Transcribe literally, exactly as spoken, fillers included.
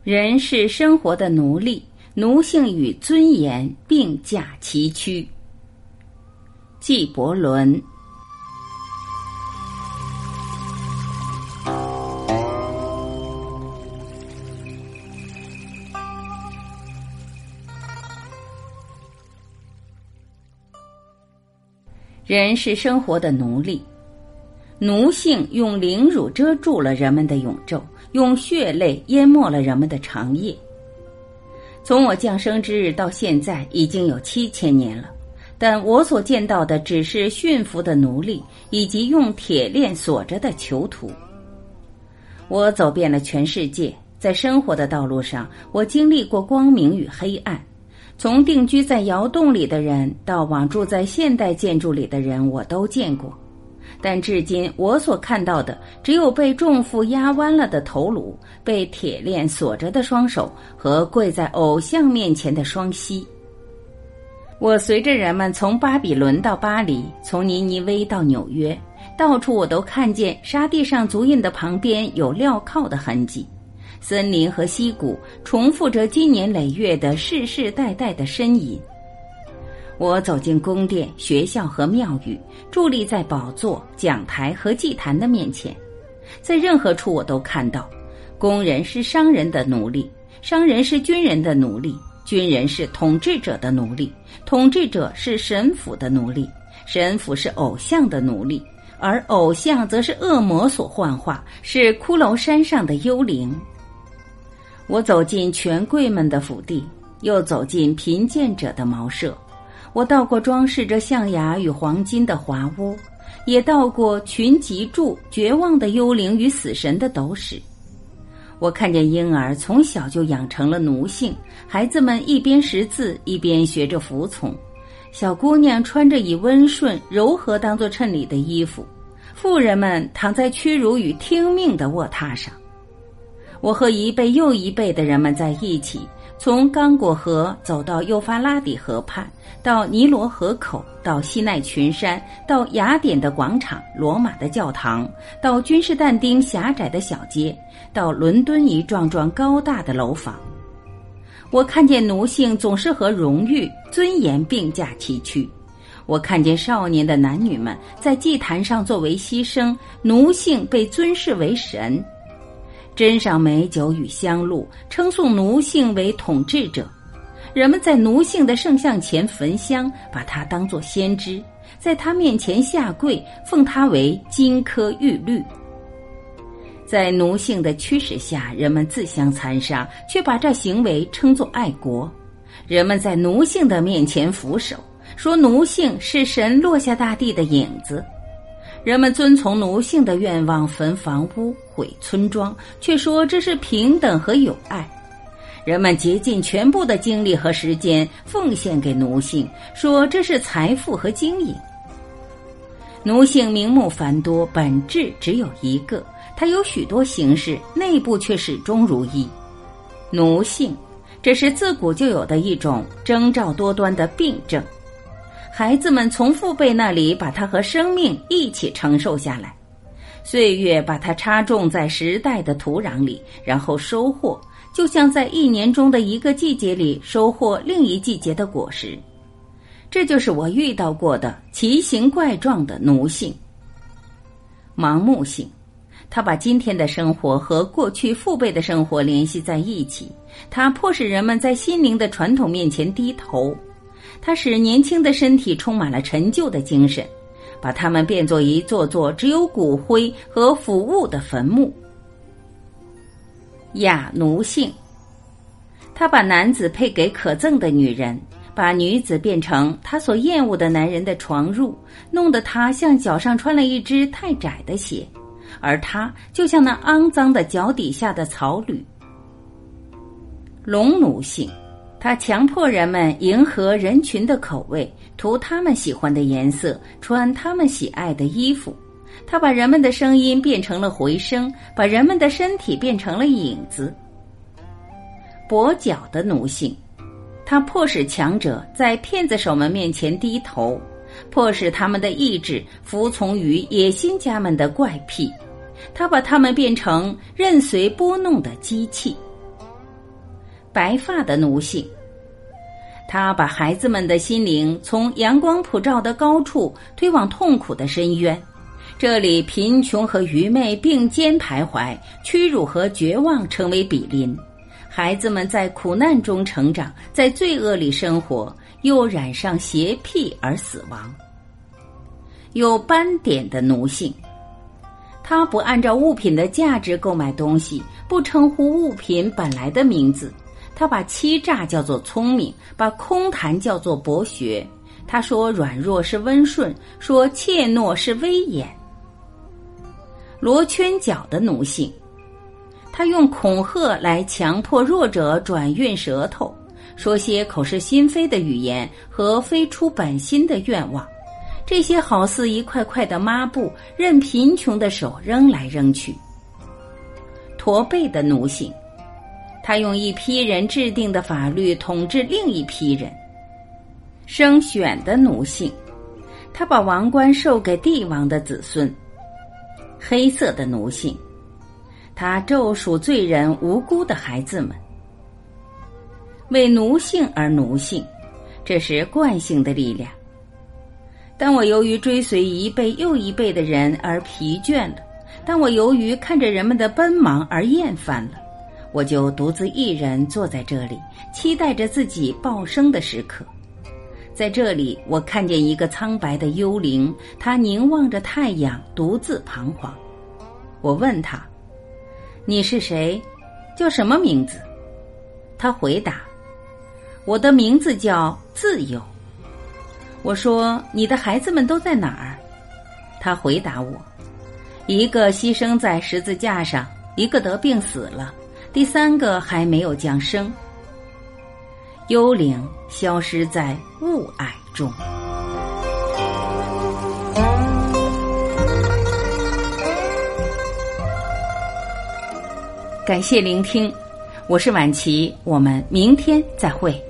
人是生活的奴隶，奴性与尊严并驾齐驱。纪伯伦。人是生活的奴隶，奴性用凌辱遮住了人们的永昼，用血泪淹没了人们的长夜。从我降生之日到现在已经有七千年了，但我所见到的只是驯服的奴隶以及用铁链锁着的囚徒。我走遍了全世界，在生活的道路上，我经历过光明与黑暗，从定居在窑洞里的人到往住在现代建筑里的人，我都见过。但至今我所看到的只有被重负压弯了的头颅，被铁链锁着的双手和跪在偶像面前的双膝。我随着人们从巴比伦到巴黎，从尼尼微到纽约，到处我都看见沙地上足印的旁边有镣铐的痕迹，森林和溪谷重复着经年累月的世世代代的呻吟。我走进宫殿、学校和庙宇，伫立在宝座、讲台和祭坛的面前。在任何处我都看到，工人是商人的奴隶，商人是军人的奴隶，军人是统治者的奴隶，统治者是神府的奴隶，神府是偶像的奴隶，而偶像则是恶魔所幻化，是骷髅山上的幽灵。我走进权贵们的府邸，又走进贫贱者的茅舍。我到过装饰着象牙与黄金的华屋，也到过群集住绝望的幽灵与死神的斗室。我看见婴儿从小就养成了奴性，孩子们一边识字一边学着服从，小姑娘穿着以温顺柔和当作衬里的衣服，妇人们躺在屈辱与听命的卧榻上。我和一辈又一辈的人们在一起，从刚果河走到幼发拉底河畔，到尼罗河口，到西奈群山，到雅典的广场、罗马的教堂，到君士但丁狭窄的小街，到伦敦一幢幢高大的楼房。我看见奴性总是和荣誉、尊严并驾齐驱。我看见少年的男女们在祭坛上作为牺牲，奴性被尊视为神。斟上美酒与香露，称颂奴性为统治者。人们在奴性的圣像前焚香，把他当作先知，在他面前下跪，奉他为金科玉律。在奴性的驱使下，人们自相残杀，却把这行为称作爱国。人们在奴性的面前俯首，说奴性是神落下大地的影子。人们遵从奴性的愿望，焚房屋、毁村庄，却说这是平等和友爱。人们竭尽全部的精力和时间奉献给奴性，说这是财富和经营。奴性名目繁多，本质只有一个，它有许多形式，内部却始终如一。奴性，这是自古就有的一种征兆多端的病症。孩子们从父辈那里把它和生命一起承受下来，岁月把它插种在时代的土壤里，然后收获，就像在一年中的一个季节里收获另一季节的果实。这就是我遇到过的奇形怪状的奴性。盲目性，它把今天的生活和过去父辈的生活联系在一起，它迫使人们在心灵的传统面前低头，它使年轻的身体充满了陈旧的精神，把它们变作一座座只有骨灰和腐物的坟墓。亚奴性，他把男子配给可憎的女人，把女子变成他所厌恶的男人的床褥，弄得他像脚上穿了一只太窄的鞋，而他就像那肮脏的脚底下的草履。龙奴性，他强迫人们迎合人群的口味，涂他们喜欢的颜色，穿他们喜爱的衣服。他把人们的声音变成了回声，把人们的身体变成了影子。跛脚的奴性，他迫使强者在骗子手们面前低头，迫使他们的意志服从于野心家们的怪癖。他把他们变成任随拨弄的机器。 白发的奴性。他把孩子们的心灵从阳光普照的高处推往痛苦的深渊，这里贫穷和愚昧并肩徘徊，屈辱和绝望成为比邻。孩子们在苦难中成长，在罪恶里生活，又染上邪僻而死亡。有斑点的奴性，他不按照物品的价值购买东西，不称呼物品本来的名字。他把欺诈叫做聪明，把空谈叫做博学。他说软弱是温顺，说怯懦是威严。罗圈脚的奴性，他用恐吓来强迫弱者转运舌头，说些口是心非的语言和非出本心的愿望。这些好似一块块的抹布，任贫穷的手扔来扔去。驼背的奴性，他用一批人制定的法律统治另一批人。生选的奴性，他把王冠授给帝王的子孙。黑色的奴性，他咒赎罪人无辜的孩子们。为奴性而奴性，这是惯性的力量。当我由于追随一辈又一辈的人而疲倦了，当我由于看着人们的奔忙而厌烦了，我就独自一人坐在这里，期待着自己报生的时刻。在这里，我看见一个苍白的幽灵，他凝望着太阳，独自彷徨。我问他：你是谁？叫什么名字？他回答：我的名字叫自由。我说：你的孩子们都在哪儿？他回答我：一个牺牲在十字架上，一个得病死了，第三个还没有降生。幽灵消失在雾霭中。感谢聆听，我是婉琪，我们明天再会。